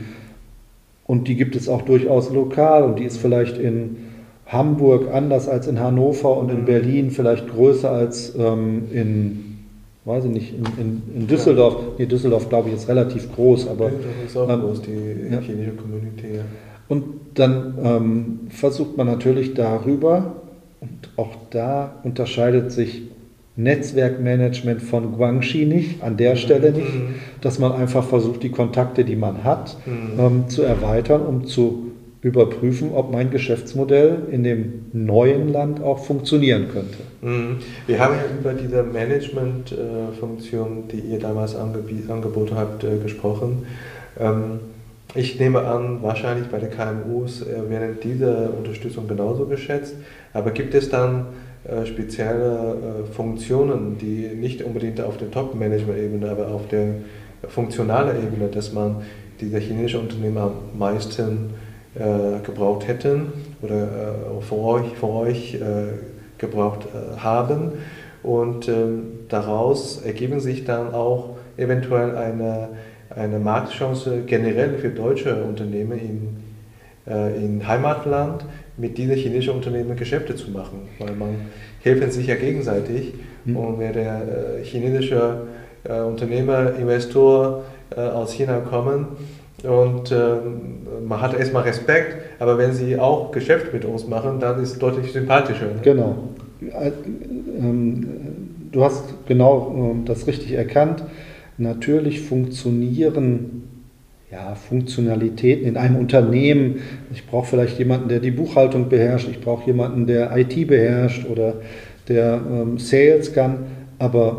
und die gibt es auch durchaus lokal und die ist vielleicht in Hamburg anders als in Hannover und in Mhm. Berlin vielleicht größer als ähm, in, weiß ich nicht, in, in, in Düsseldorf. Nee, Düsseldorf, glaube ich, ist relativ groß, aber Das ist auch ähm, groß, die ja. chinesische Community. Ja. und dann ähm, versucht man natürlich darüber, und auch da unterscheidet sich Netzwerkmanagement von Guangxi nicht, an der Stelle nicht, Mhm. dass man einfach versucht, die Kontakte, die man hat, Mhm. ähm, zu erweitern, um zu überprüfen, ob mein Geschäftsmodell in dem neuen Land auch funktionieren könnte. Mhm. Wir haben ja über diese Management-Funktion, die ihr damals angeb- angeboten habt, äh, gesprochen. Ähm, ich nehme an, wahrscheinlich bei den K M Us äh, werden diese Unterstützung genauso geschätzt, aber gibt es dann äh, spezielle äh, Funktionen, die nicht unbedingt auf der Top-Management-Ebene, aber auf der funktionalen Ebene, dass man diese chinesischen Unternehmen am meisten äh, gebraucht hätten oder äh, von euch, von euch äh, gebraucht äh, haben und ähm, daraus ergeben sich dann auch eventuell eine, eine Marktchance generell für deutsche Unternehmen in, äh, in Heimatland mit diesen chinesischen Unternehmen Geschäfte zu machen, weil man helfen sich ja gegenseitig Mhm. und wenn der äh, chinesische äh, Unternehmer, Investor äh, aus China kommen und ähm, man hat erstmal Respekt, aber wenn sie auch Geschäft mit uns machen, dann ist es deutlich sympathischer. Ne? Genau. Äh, ähm, Du hast genau ähm, das richtig erkannt. Natürlich funktionieren ja, Funktionalitäten in einem Unternehmen. Ich brauche vielleicht jemanden, der die Buchhaltung beherrscht, ich brauche jemanden, der I T beherrscht oder der ähm, Sales kann, aber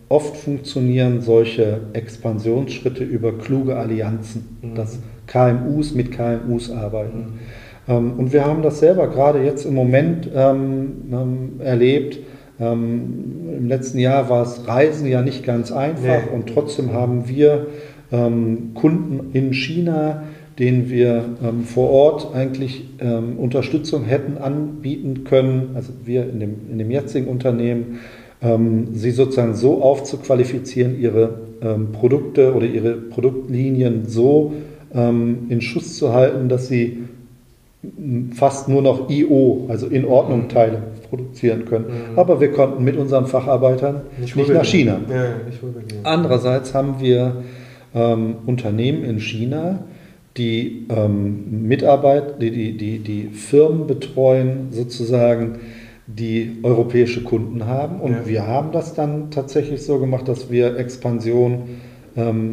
oft funktionieren solche Expansionsschritte über kluge Allianzen, mhm. dass K M Us mit K M Us arbeiten. Mhm. Ähm, und wir haben das selber gerade jetzt im Moment ähm, ähm, erlebt. Ähm, Im letzten Jahr war es Reisen ja nicht ganz einfach, nee. Und trotzdem haben wir ähm, Kunden in China, denen wir ähm, vor Ort eigentlich ähm, Unterstützung hätten anbieten können, also wir in dem, in dem jetzigen Unternehmen, ähm, sie sozusagen so aufzuqualifizieren, ihre ähm, Produkte oder ihre Produktlinien so ähm, in Schuss zu halten, dass sie fast nur noch I O, also in Ordnung Teile produzieren können. Mhm. Aber wir konnten mit unseren Facharbeitern nicht, nicht nach China. Ja, nicht Andererseits haben wir ähm, Unternehmen in China, die ähm, Mitarbeit, die, die, die, die Firmen betreuen, sozusagen, die europäische Kunden haben. Und ja. wir haben das dann tatsächlich so gemacht, dass wir Expansion ähm,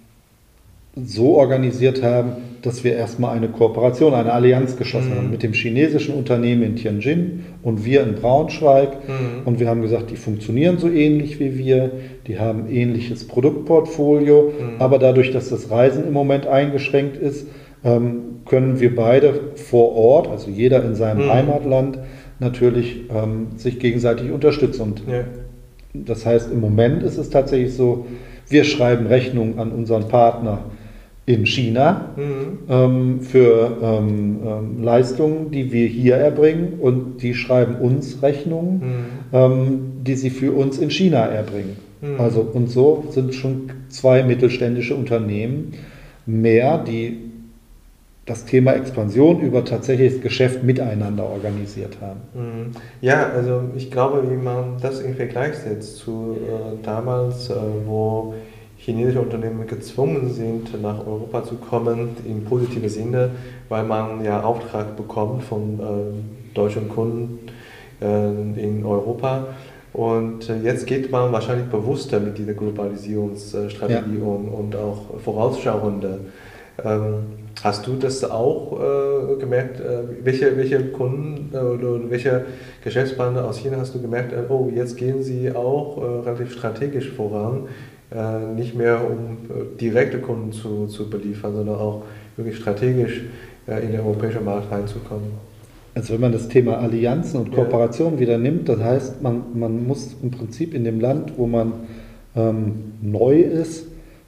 so organisiert haben, dass wir erstmal eine Kooperation, eine Allianz geschlossen mhm. haben mit dem chinesischen Unternehmen in Tianjin und wir in Braunschweig. Mhm. Und wir haben gesagt, die funktionieren so ähnlich wie wir, die haben ähnliches Produktportfolio, mhm. aber dadurch, dass das Reisen im Moment eingeschränkt ist, können wir beide vor Ort, also jeder in seinem mhm. Heimatland, natürlich ähm, sich gegenseitig unterstützen. Und ja. das heißt, im Moment ist es tatsächlich so, wir schreiben Rechnungen an unseren Partner in China mhm. ähm, für ähm, ähm, Leistungen, die wir hier erbringen, und die schreiben uns Rechnungen, mhm. ähm, die sie für uns in China erbringen. Mhm. Also, und so sind schon zwei mittelständische Unternehmen mehr, die das Thema Expansion über tatsächliches Geschäft miteinander organisiert haben. Ja, also ich glaube, wie man das in Vergleich setzt zu äh, damals, äh, wo chinesische Unternehmen gezwungen sind, nach Europa zu kommen, im positiven Sinne, weil man ja Auftrag bekommt von äh, deutschen Kunden äh, in Europa. Und äh, jetzt geht man wahrscheinlich bewusster mit dieser Globalisierungsstrategie ja. um und auch vorausschauender. Ähm, hast du das auch äh, gemerkt? Äh, welche, welche Kunden äh, oder welche Geschäftspartner aus China hast du gemerkt, äh, oh, jetzt gehen sie auch äh, relativ strategisch voran, äh, nicht mehr um äh, direkte Kunden zu, zu beliefern, sondern auch wirklich strategisch äh, in den europäischen Markt reinzukommen? Also wenn man das Thema Allianzen und Kooperation ja. wieder nimmt, das heißt, man, man muss im Prinzip in dem Land, wo man ähm, neu ist,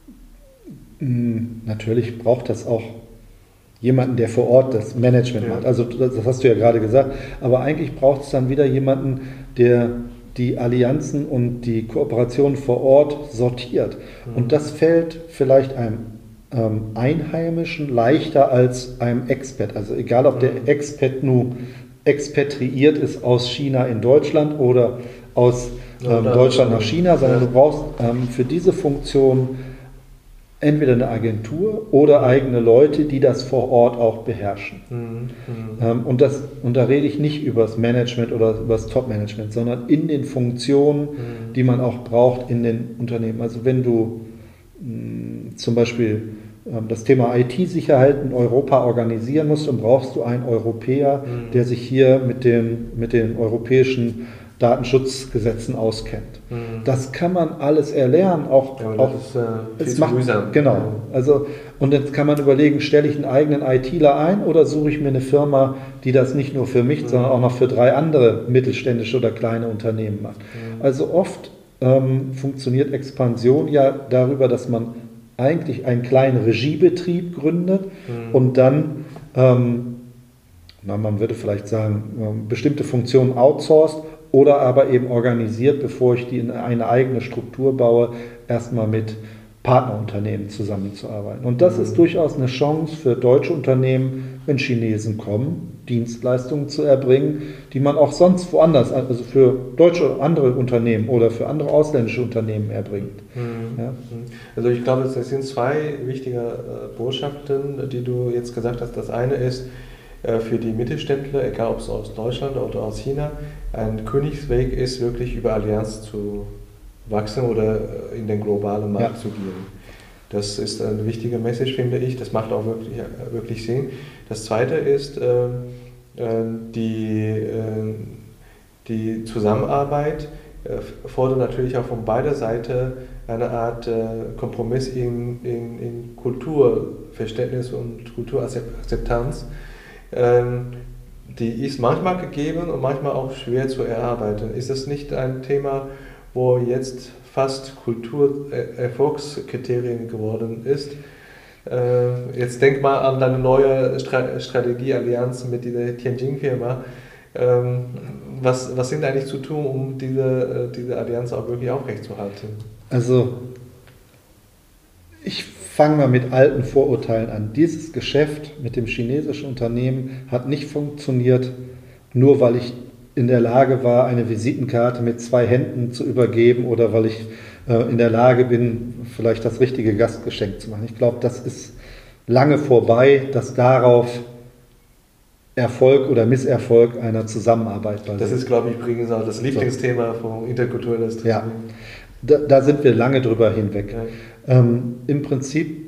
natürlich braucht das auch jemanden, der vor Ort das Management ja. macht. Also das hast du ja gerade gesagt. Aber eigentlich braucht es dann wieder jemanden, der die Allianzen und die Kooperationen vor Ort sortiert. Mhm. Und das fällt vielleicht einem ähm, Einheimischen leichter als einem Expat. Also egal, ob mhm. der Expat nun expatriiert ist aus China in Deutschland oder aus ähm, ja, Deutschland nach China, sondern ja. du brauchst ähm, für diese Funktion entweder eine Agentur oder eigene Leute, die das vor Ort auch beherrschen. Mhm, ähm, und, das, und da rede ich nicht über das Management oder über das Top-Management, sondern in den Funktionen, mhm. die man auch braucht in den Unternehmen. Also wenn du mh, zum Beispiel ähm, das Thema I T-Sicherheit in Europa organisieren musst, dann brauchst du einen Europäer, mhm. der sich hier mit den, mit den europäischen Datenschutzgesetzen auskennt. Mhm. Das kann man alles erlernen, auch, ja, auch das ist, äh, viel zu mühsam. Genau. Also, und jetzt kann man überlegen, stelle ich einen eigenen ITler ein oder suche ich mir eine Firma, die das nicht nur für mich, mhm. sondern auch noch für drei andere mittelständische oder kleine Unternehmen macht. Mhm. Also oft ähm, funktioniert Expansion ja darüber, dass man eigentlich einen kleinen Regiebetrieb gründet mhm. und dann ähm, na, man würde vielleicht sagen, bestimmte Funktionen outsourced oder aber eben organisiert, bevor ich die in eine eigene Struktur baue, erstmal mit Partnerunternehmen zusammenzuarbeiten. Und das mhm. ist durchaus eine Chance für deutsche Unternehmen, wenn Chinesen kommen, Dienstleistungen zu erbringen, die man auch sonst woanders, also für deutsche andere Unternehmen oder für andere ausländische Unternehmen erbringt. Mhm. Ja. Also ich glaube, es sind zwei wichtige Botschaften, die du jetzt gesagt hast. Das eine ist, für die Mittelständler, egal ob es aus Deutschland oder aus China, ein Königsweg ist, wirklich über Allianz zu wachsen oder in den globalen Markt ja. zu gehen. Das ist eine wichtige Message, finde ich. Das macht auch wirklich, wirklich Sinn. Das zweite ist äh, die, äh, die Zusammenarbeit äh, fordert natürlich auch von beider Seiten eine Art äh, Kompromiss in, in, in Kulturverständnis und Kulturakzeptanz. Ähm, die ist manchmal gegeben und manchmal auch schwer zu erarbeiten. Ist das nicht ein Thema, wo jetzt fast Kulturerfolgskriterien geworden ist? Äh, jetzt denk mal an deine neue Stra- Strategieallianz mit dieser Tianjin-Firma. Ähm, was, was sind eigentlich zu tun, um diese, diese Allianz auch wirklich aufrechtzuerhalten? Also, ich fange mal mit alten Vorurteilen an. Dieses Geschäft mit dem chinesischen Unternehmen hat nicht funktioniert, nur weil ich in der Lage war, eine Visitenkarte mit zwei Händen zu übergeben oder weil ich äh, in der Lage bin, vielleicht das richtige Gastgeschenk zu machen. Ich glaube, das ist lange vorbei, dass darauf Erfolg oder Misserfolg einer Zusammenarbeit basiert. Das ist, glaube ich, übrigens auch das Lieblingsthema vom Interkulturindustrie. Ja, da, da sind wir lange drüber hinweg. Ja. Ähm, Im Prinzip,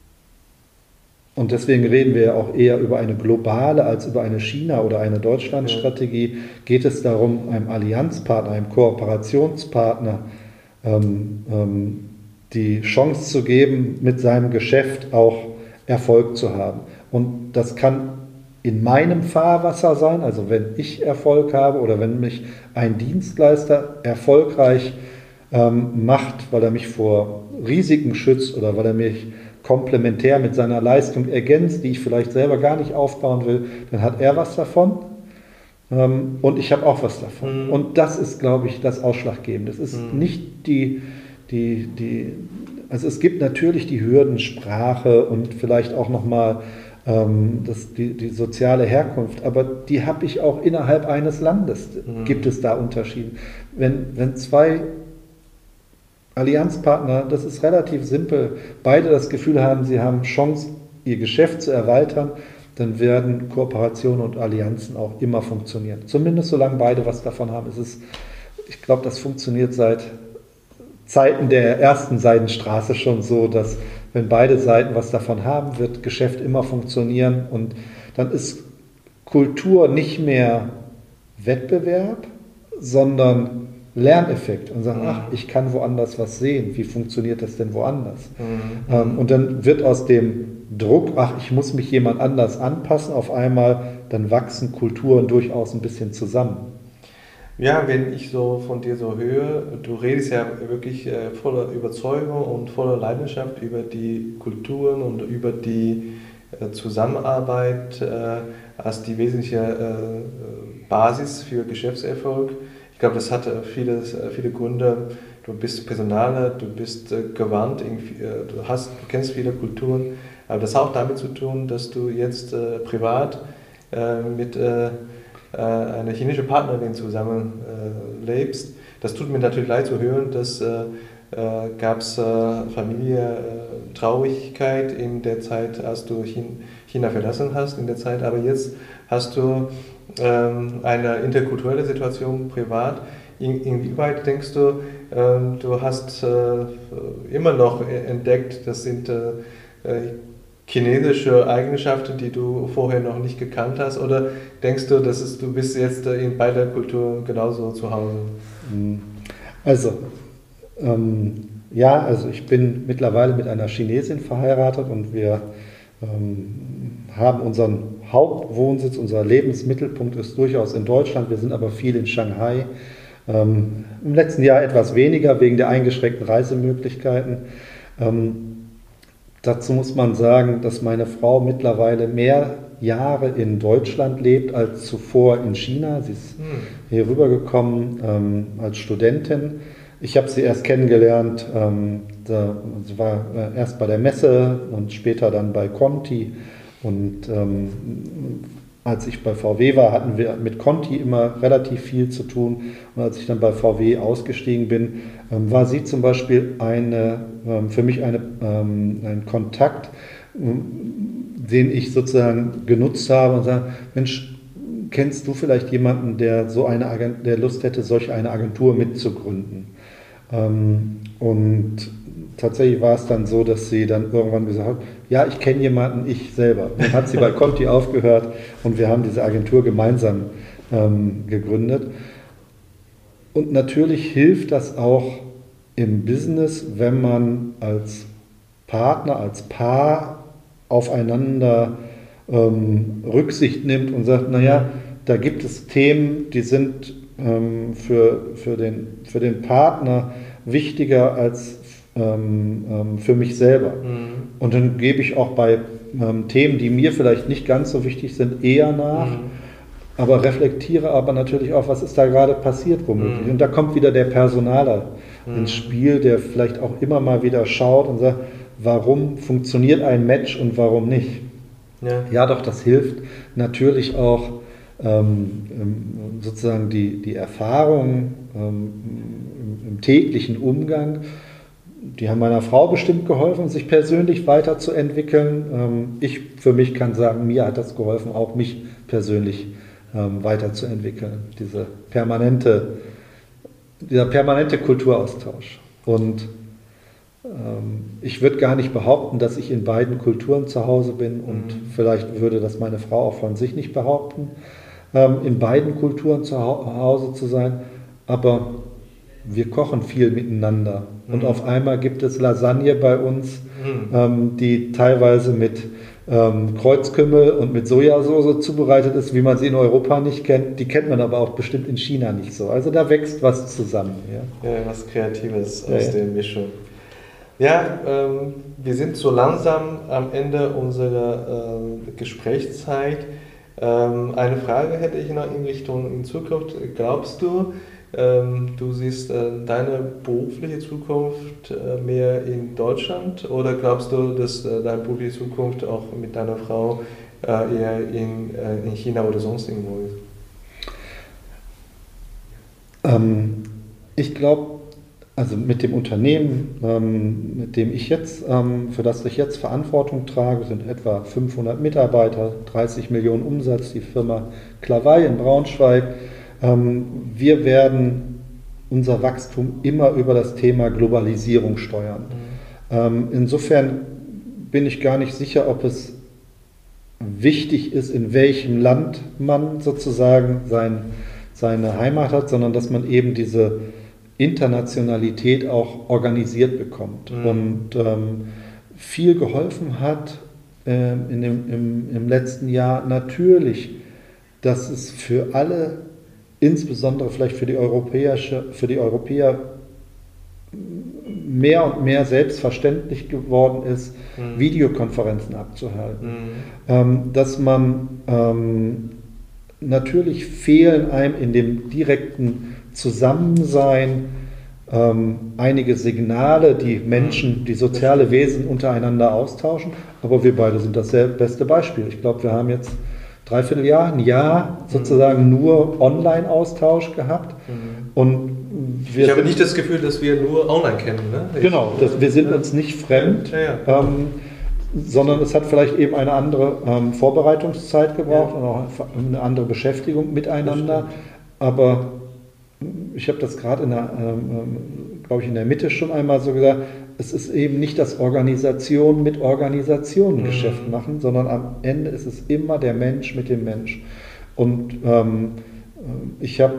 und deswegen reden wir ja auch eher über eine globale als über eine China- oder eine Deutschland-Strategie, geht es darum, einem Allianzpartner, einem Kooperationspartner ähm, ähm, die Chance zu geben, mit seinem Geschäft auch Erfolg zu haben. Und das kann in meinem Fahrwasser sein, also wenn ich Erfolg habe oder wenn mich ein Dienstleister erfolgreich ähm, macht, weil er mich vor Risiken schützt oder weil er mich komplementär mit seiner Leistung ergänzt, die ich vielleicht selber gar nicht aufbauen will, dann hat er was davon ähm, und ich habe auch was davon. Mhm. Und das ist, glaube ich, das Ausschlaggebende. Es ist mhm. nicht die, die, die, also es gibt natürlich die Hürden Sprache und vielleicht auch nochmal ähm, das, die, die soziale Herkunft, aber die habe ich auch innerhalb eines Landes, mhm. gibt es da Unterschiede. Wenn, wenn zwei Allianzpartner, das ist relativ simpel, beide das Gefühl haben, sie haben Chance, ihr Geschäft zu erweitern, dann werden Kooperationen und Allianzen auch immer funktionieren. Zumindest solange beide was davon haben. Es ist, ich glaube, das funktioniert seit Zeiten der ersten Seidenstraße schon so, dass wenn beide Seiten was davon haben, wird Geschäft immer funktionieren und dann ist Kultur nicht mehr Wettbewerb, sondern Lerneffekt und sagen, ach, ich kann woanders was sehen, wie funktioniert das denn woanders? Mhm. Ähm, und dann wird aus dem Druck, ach, ich muss mich jemand anders anpassen, auf einmal, dann wachsen Kulturen durchaus ein bisschen zusammen. Ja, wenn ich so von dir so höre, du redest ja wirklich äh, voller Überzeugung und voller Leidenschaft über die Kulturen und über die äh, Zusammenarbeit äh, als die wesentliche äh, Basis für Geschäftserfolg. Ich glaube, das hat viele, viele Gründe. Du bist Personaler, du bist äh, gewandt, äh, du, hast, du kennst viele Kulturen, aber das hat auch damit zu tun, dass du jetzt äh, privat äh, mit äh, einer chinesischen Partnerin zusammen äh, lebst. Das tut mir natürlich leid zu hören, dass äh, äh, gab es äh, Familie äh, Traurigkeit in der Zeit, als du China verlassen hast, in der Zeit, aber jetzt hast du ähm, eine interkulturelle Situation privat. In, inwieweit denkst du, ähm, du hast äh, immer noch entdeckt, das sind äh, chinesische Eigenschaften, die du vorher noch nicht gekannt hast, oder denkst du, dass es, du bist jetzt in beider Kulturen genauso zu Hause? Also, ähm, ja, also ich bin mittlerweile mit einer Chinesin verheiratet und wir ähm, haben unseren Hauptwohnsitz, unser Lebensmittelpunkt ist durchaus in Deutschland, wir sind aber viel in Shanghai. Ähm, im letzten Jahr etwas weniger wegen der eingeschränkten Reisemöglichkeiten. Ähm, dazu muss man sagen, dass meine Frau mittlerweile mehr Jahre in Deutschland lebt als zuvor in China. Sie ist hm. hier rübergekommen ähm, als Studentin. Ich habe sie erst kennengelernt, ähm, da, sie war äh, erst bei der Messe und später dann bei Conti. Und ähm, als ich bei V W war, hatten wir mit Conti immer relativ viel zu tun. Und als ich dann bei V W ausgestiegen bin, ähm, war sie zum Beispiel eine, ähm, für mich eine, ähm, ein Kontakt, ähm, den ich sozusagen genutzt habe und sage, Mensch, kennst du vielleicht jemanden, der so eine Agent, der Lust hätte, solch eine Agentur mitzugründen? Ähm, und tatsächlich war es dann so, dass sie dann irgendwann gesagt hat, ja, ich kenne jemanden, ich selber. Dann hat sie bei Conti aufgehört und wir haben diese Agentur gemeinsam ähm, gegründet. Und natürlich hilft das auch im Business, wenn man als Partner, als Paar aufeinander ähm, Rücksicht nimmt und sagt, naja, da gibt es Themen, die sind ähm, für, für, den, für den Partner wichtiger als ähm, ähm, für mich selber. Mhm. Und dann gebe ich auch bei ähm, Themen, die mir vielleicht nicht ganz so wichtig sind, eher nach. Mhm. Aber reflektiere aber natürlich auch, was ist da gerade passiert womöglich. Mhm. Und da kommt wieder der Personaler Mhm. ins Spiel, der vielleicht auch immer mal wieder schaut und sagt, warum funktioniert ein Match und warum nicht. Ja. Ja, doch, das hilft natürlich auch ähm, sozusagen die, die Erfahrung ähm, im, im täglichen Umgang. Die haben meiner Frau bestimmt geholfen, sich persönlich weiterzuentwickeln. Ähm, ich für mich kann sagen, mir hat das geholfen, auch mich persönlich ähm, weiterzuentwickeln. Diese permanente, dieser permanente Kulturaustausch. Und ähm, ich würde gar nicht behaupten, dass ich in beiden Kulturen zu Hause bin und Mhm. vielleicht würde das meine Frau auch von sich nicht behaupten, ähm, in beiden Kulturen zu Hause zu sein. Aber wir kochen viel miteinander. Und Mhm. auf einmal gibt es Lasagne bei uns, Mhm. ähm, die teilweise mit ähm, Kreuzkümmel und mit Sojasauce zubereitet ist, wie man sie in Europa nicht kennt. Die kennt man aber auch bestimmt in China nicht so. Also da wächst was zusammen. Ja, Ja, was Kreatives ja, aus ja. der Mischung. Ja, ähm, wir sind so langsam am Ende unserer äh, Gesprächszeit. Ähm, eine Frage hätte ich noch in Richtung in Zukunft. Glaubst du, ähm, du siehst äh, deine berufliche Zukunft äh, mehr in Deutschland oder glaubst du, dass äh, deine berufliche Zukunft auch mit deiner Frau äh, eher in, äh, in China oder sonst irgendwo ist? Ähm, ich glaube, also mit dem Unternehmen, ähm, mit dem ich jetzt, ähm, für das ich jetzt Verantwortung trage, sind etwa fünfhundert Mitarbeiter, dreißig Millionen Umsatz, die Firma Klawai in Braunschweig. Ähm, wir werden unser Wachstum immer über das Thema Globalisierung steuern. Mhm. Ähm, insofern bin ich gar nicht sicher, ob es wichtig ist, in welchem Land man sozusagen sein, seine Heimat hat, sondern dass man eben diese Internationalität auch organisiert bekommt. Mhm. Und ähm, viel geholfen hat ähm, in dem, im, im letzten Jahr natürlich, dass es für alle, insbesondere vielleicht für die, europäische, für die Europäer, mehr und mehr selbstverständlich geworden ist, Mhm. Videokonferenzen abzuhalten. Mhm. Ähm, dass man ähm, natürlich fehlen einem in dem direkten Zusammensein ähm, einige Signale, die Menschen, die soziale Wesen untereinander austauschen, aber wir beide sind das sehr beste Beispiel. Ich glaube, wir haben jetzt dreiviertel Jahr, ein Jahr sozusagen nur Online-Austausch gehabt. Mhm. Und wir ich habe sind, nicht das Gefühl, dass wir nur online kennen. Ne? Ich, genau, das, wir sind uns nicht fremd, Ja, ja, ja. ähm, sondern es hat vielleicht eben eine andere ähm, Vorbereitungszeit gebraucht Ja. und auch eine andere Beschäftigung miteinander. Aber ich habe das gerade in der, ähm, glaube ich, in der Mitte schon einmal so gesagt, es ist eben nicht das Organisation mit Organisation Mhm. Geschäft machen, sondern am Ende ist es immer der Mensch mit dem Mensch. Und ähm, ich habe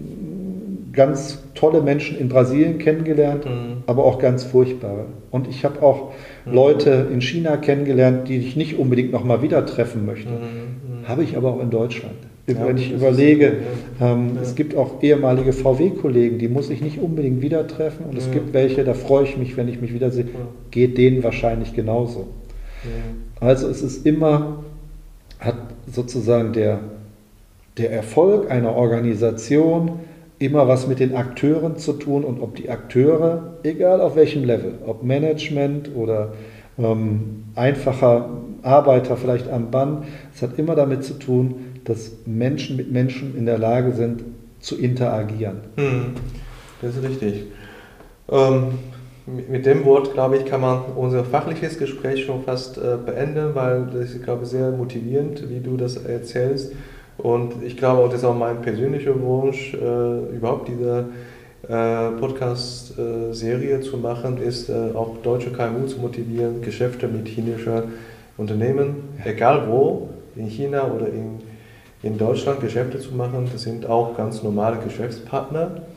ganz tolle Menschen in Brasilien kennengelernt, Mhm. aber auch ganz furchtbare. Und ich habe auch Mhm. Leute in China kennengelernt, die ich nicht unbedingt nochmal wieder treffen möchte. Mhm. Habe ich aber auch in Deutschland. Ja, Wenn ich das überlege, ist, ja. ähm, Ja. es gibt auch ehemalige V W-Kollegen, die muss ich nicht unbedingt wieder treffen. Und es Ja. gibt welche, da freue ich mich, wenn ich mich wiedersehe. Ja. Geht denen wahrscheinlich genauso. Ja. Also es ist immer, hat sozusagen der, der Erfolg einer Organisation immer was mit den Akteuren zu tun und ob die Akteure, egal auf welchem Level, ob Management oder ähm, einfacher Arbeiter vielleicht am Band, es hat immer damit zu tun, dass Menschen mit Menschen in der Lage sind zu interagieren. Hm, das ist richtig. Ähm, mit dem Wort, glaube ich, kann man unser fachliches Gespräch schon fast äh, beenden, weil das ist, glaube ich, sehr motivierend, wie du das erzählst. Und ich glaube auch, das ist auch mein persönlicher Wunsch, äh, überhaupt diese äh, Podcast-Serie zu machen, ist äh, auch deutsche K M U zu motivieren, Geschäfte mit chinesischen Unternehmen, ja. Egal wo, in China oder in, in Deutschland Geschäfte zu machen. Das sind auch ganz normale Geschäftspartner.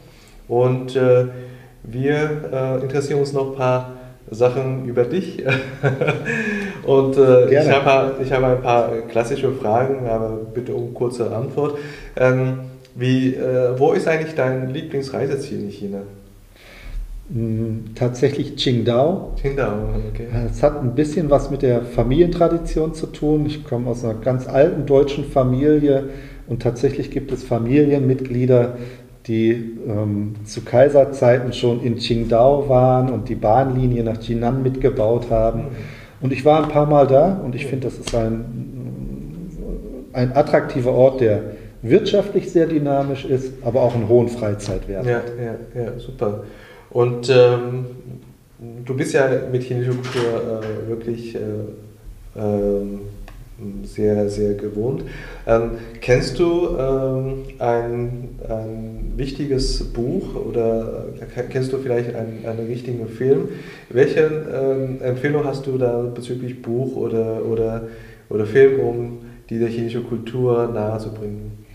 Und äh, wir äh, interessieren uns noch ein paar Sachen über dich. Und äh, ich habe ich hab ein paar klassische Fragen, aber bitte um kurze Antwort. Ähm, wie, äh, wo ist eigentlich dein Lieblingsreiseziel in China? Tatsächlich Qingdao. Qingdao, okay. Es hat ein bisschen was mit der Familientradition zu tun. Ich komme aus einer ganz alten deutschen Familie und tatsächlich gibt es Familienmitglieder, die ähm, zu Kaiserzeiten schon in Qingdao waren und die Bahnlinie nach Jinan mitgebaut haben. Und ich war ein paar Mal da und ich finde, das ist ein, ein attraktiver Ort, der wirtschaftlich sehr dynamisch ist, aber auch einen hohen Freizeitwert ja, hat. Ja, ja, super. Und ähm, du bist ja mit chinesischer Kultur äh, wirklich äh, äh, sehr, sehr gewohnt. Ähm, kennst du ähm, ein, ein wichtiges Buch oder kennst du vielleicht einen, einen richtigen Film? Welche ähm, Empfehlung hast du da bezüglich Buch oder, oder, oder Film, um die der chinesischen Kultur nahezubringen?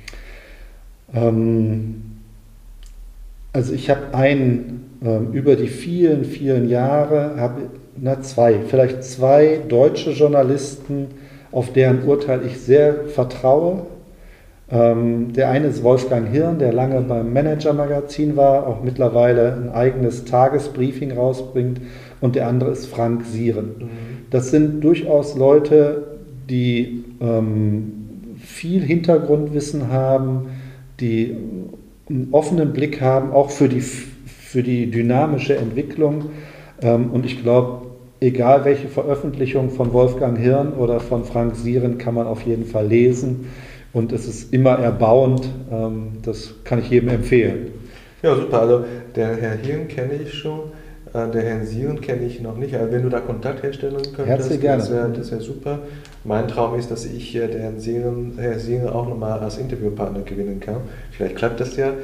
Ähm, also ich habe einen ähm, über die vielen, vielen Jahre, habe na zwei, vielleicht zwei deutsche Journalisten, auf deren Urteil ich sehr vertraue. Ähm, der eine ist Wolfgang Hirn, der lange beim Manager-Magazin war, auch mittlerweile ein eigenes Tagesbriefing rausbringt. Und der andere ist Frank Sieren. Mhm. Das sind durchaus Leute, die ähm, viel Hintergrundwissen haben, die einen offenen Blick haben, auch für die, für die dynamische Entwicklung. Ähm, und ich glaube, egal welche Veröffentlichung von Wolfgang Hirn oder von Frank Sieren, kann man auf jeden Fall lesen. Und es ist immer erbauend. Das kann ich jedem empfehlen. Ja, super. Also der Herr Hirn kenne ich schon, der Herrn Sieren kenne ich noch nicht. Also wenn du da Kontakt herstellen könntest, Herzlich gerne. das wäre das wär super. Mein Traum ist, dass ich den Herrn Sieren, Herr Sieren auch nochmal als Interviewpartner gewinnen kann. Vielleicht klappt das ja.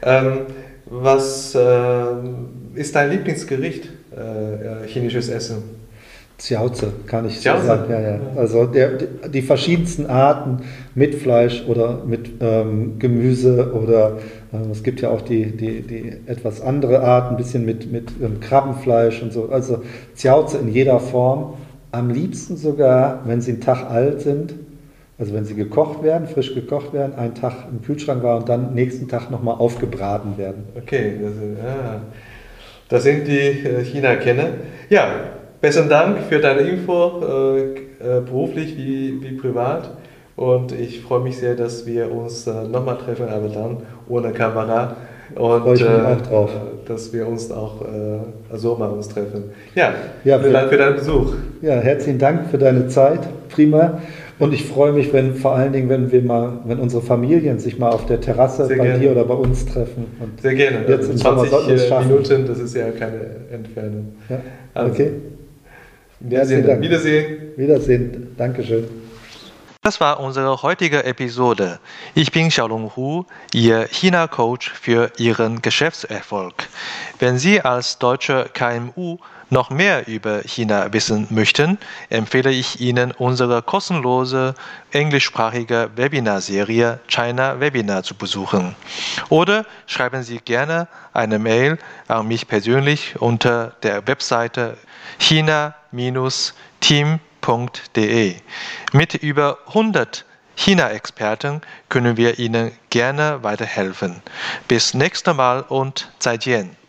Was ist dein Lieblingsgericht? Äh, chinesisches Essen? Jiaozi, kann ich Jiaozi? so sagen. Ja, ja. Also der, die verschiedensten Arten mit Fleisch oder mit ähm, Gemüse oder äh, es gibt ja auch die, die, die etwas andere Art, ein bisschen mit, mit ähm, Krabbenfleisch und so. Also Jiaozi in jeder Form. Am liebsten sogar, wenn sie einen Tag alt sind, also wenn sie gekocht werden, frisch gekocht werden, einen Tag im Kühlschrank war und dann nächsten Tag nochmal aufgebraten werden. Okay, das ist, ja. Das sind die China-Kenner. Ja, besten Dank für deine Info, äh, beruflich wie, wie privat. Und ich freue mich sehr, dass wir uns äh, nochmal treffen, aber dann ohne Kamera. Und freue ich mich äh, auch drauf. dass wir uns auch äh, so mal uns treffen. Ja, ja vielen Dank für deinen Besuch. Ja, herzlichen Dank für deine Zeit. Prima. Und ich freue mich, wenn vor allen Dingen, wenn wir mal, wenn unsere Familien sich mal auf der Terrasse Sehr bei gerne. dir oder bei uns treffen. Und sehr gerne. Jetzt im zwanzig Sommer Minuten, das ist ja keine Entfernung. Ja, also, okay. Wiedersehen. Wiedersehen. Wiedersehen. Dankeschön. Das war unsere heutige Episode. Ich bin Xiaolong Hu, Ihr China-Coach für Ihren Geschäftserfolg. Wenn Sie als deutscher K M U noch mehr über China wissen möchten, empfehle ich Ihnen unsere kostenlose englischsprachige Webinarserie China Webinar zu besuchen. Oder schreiben Sie gerne eine Mail an mich persönlich unter der Webseite china Bindestrich team punkt de. Mit über hundert China-Experten können wir Ihnen gerne weiterhelfen. Bis nächstes Mal und 再见.